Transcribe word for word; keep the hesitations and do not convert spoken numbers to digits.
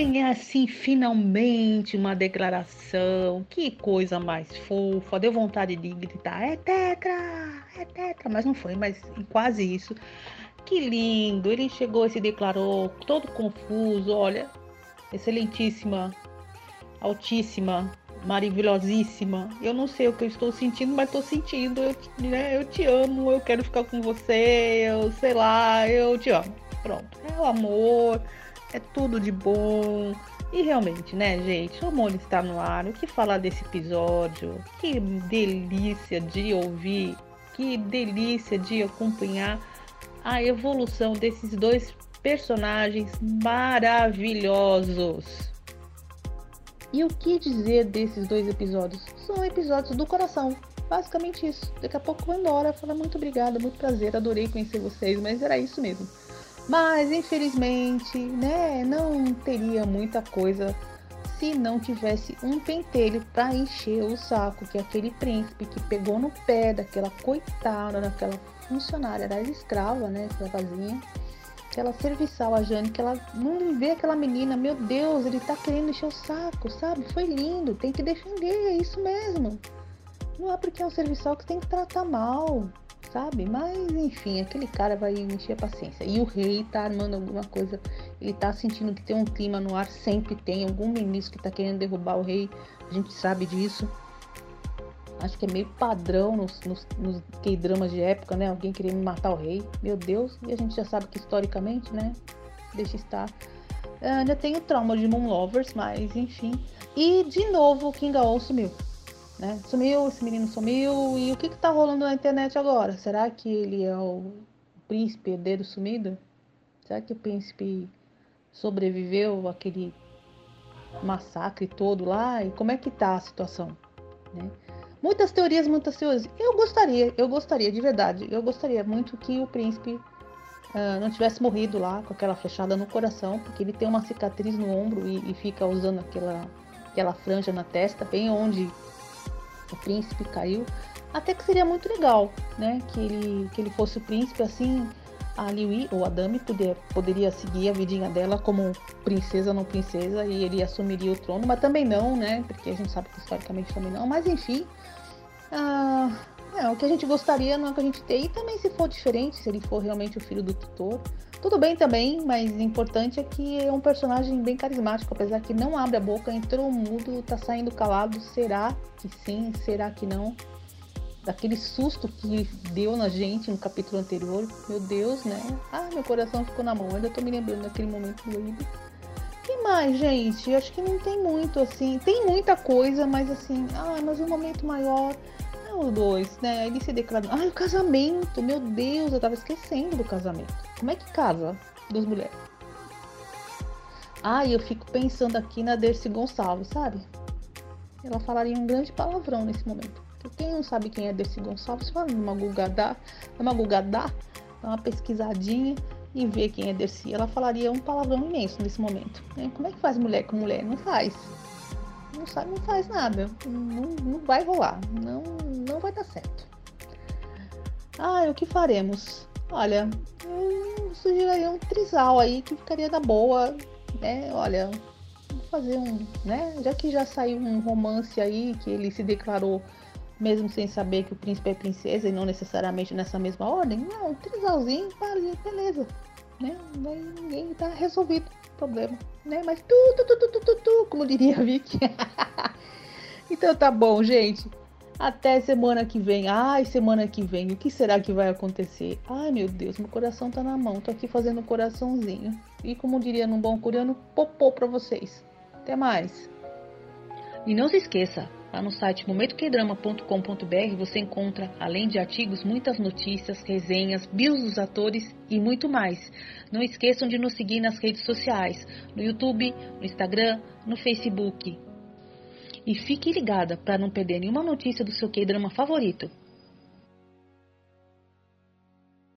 Tem assim finalmente uma declaração. Que coisa mais fofa. Deu vontade de gritar: é tetra, é tetra. Mas não foi, mas quase isso. Que lindo. Ele chegou e se declarou todo confuso. Olha, excelentíssima, altíssima, maravilhosíssima. Eu não sei o que eu estou sentindo, mas estou sentindo. Eu, né, eu te amo, eu quero ficar com você. Eu sei lá, eu te amo. Pronto. É o amor. É tudo de bom. E realmente, né, gente? O amor está no ar. O que falar desse episódio? Que delícia de ouvir. Que delícia de acompanhar a evolução desses dois personagens maravilhosos. E o que dizer desses dois episódios? São episódios do coração. Basicamente isso. Daqui a pouco eu vou embora. Falar muito obrigada, muito prazer. Adorei conhecer vocês, mas era isso mesmo. Mas infelizmente, né, não teria muita coisa se não tivesse um pentelho para encher o saco, que é aquele príncipe que pegou no pé daquela coitada, daquela funcionária, era escrava, né, escravazinha, aquela serviçal, a Jane, que ela não vê aquela menina, meu Deus, ele tá querendo encher o saco, sabe? Foi lindo, tem que defender, é isso mesmo. Não é porque é um serviçal que tem que tratar mal, sabe? Mas, enfim, aquele cara vai encher a paciência. E o rei tá armando alguma coisa, ele tá sentindo que tem um clima no ar, sempre tem algum ministro que tá querendo derrubar o rei, a gente sabe disso. Acho que é meio padrão nos, nos, nos K-dramas de época, né? Alguém querendo matar o rei, meu Deus. E a gente já sabe que historicamente, né? Deixa estar. Eu ainda tenho trauma de Moon Lovers, mas enfim. E, de novo, o King Gaon sumiu. Né? Sumiu, esse menino sumiu. E o que que tá rolando na internet agora? Será que ele é o príncipe herdeiro sumido? Será que o príncipe sobreviveu àquele massacre todo lá? E como é que tá a situação? Né? Muitas teorias, muitas teorias. Eu gostaria, eu gostaria, de verdade, eu gostaria muito que o príncipe uh, não tivesse morrido lá com aquela flechada no coração, porque ele tem uma cicatriz no ombro e, e fica usando aquela, aquela franja na testa, bem onde o príncipe caiu. Até que seria muito legal, né? Que ele, que ele fosse o príncipe, assim, a Liu ou a Dami poder, poderia seguir a vidinha dela como princesa, não princesa, e ele assumiria o trono, mas também não, né? Porque a gente sabe que historicamente também não, mas enfim. Ah, é, o que a gente gostaria não é o que a gente tem, e também se for diferente, se ele for realmente o filho do tutor, tudo bem também, mas o importante é que é um personagem bem carismático, apesar que não abre a boca, entrou mudo, tá saindo calado, será que sim, será que não? Daquele susto que deu na gente no capítulo anterior, meu Deus, né? Ah, meu coração ficou na mão, ainda tô me lembrando daquele momento doído. Que mais, gente? Acho que não tem muito, assim, tem muita coisa, mas assim, ah, mas um momento maior é os dois, né? Ele se declarando, ah, o casamento, meu Deus, eu tava esquecendo do casamento. Como é que casa duas mulheres? Ah, e eu fico pensando aqui na Dercy Gonçalves, sabe? Ela falaria um grande palavrão nesse momento. Quem não sabe quem é Dercy Gonçalves, fala numa Gugadá, numa Gugadá, dá uma pesquisadinha e vê quem é Dercy. Ela falaria um palavrão imenso nesse momento. Né? Como é que faz mulher com mulher? Não faz. Não sabe, não faz nada. Não, não vai rolar. Não, não vai dar certo. Ah, o que faremos? Olha, eu sugeriria um trisal aí que ficaria da boa, né? Olha, vou fazer um, né? Já que já saiu um romance aí que ele se declarou mesmo sem saber que o príncipe é princesa e não necessariamente nessa mesma ordem, não, um trisalzinho, parinha, beleza, né? Daí ninguém tá resolvido o problema, né? Mas tu, tu, tu, tu, tu, tu, tu como diria a Vicky. Então tá bom, gente. Até semana que vem. Ai, semana que vem, o que será que vai acontecer? Ai, meu Deus, meu coração tá na mão. Tô aqui fazendo um coraçãozinho. E como diria num bom coreano, popô pra vocês. Até mais. E não se esqueça, lá no site momento que drama ponto com ponto b r você encontra, além de artigos, muitas notícias, resenhas, bios dos atores e muito mais. Não esqueçam de nos seguir nas redes sociais, no YouTube, no Instagram, no Facebook. E fique ligada para não perder nenhuma notícia do seu K-drama favorito.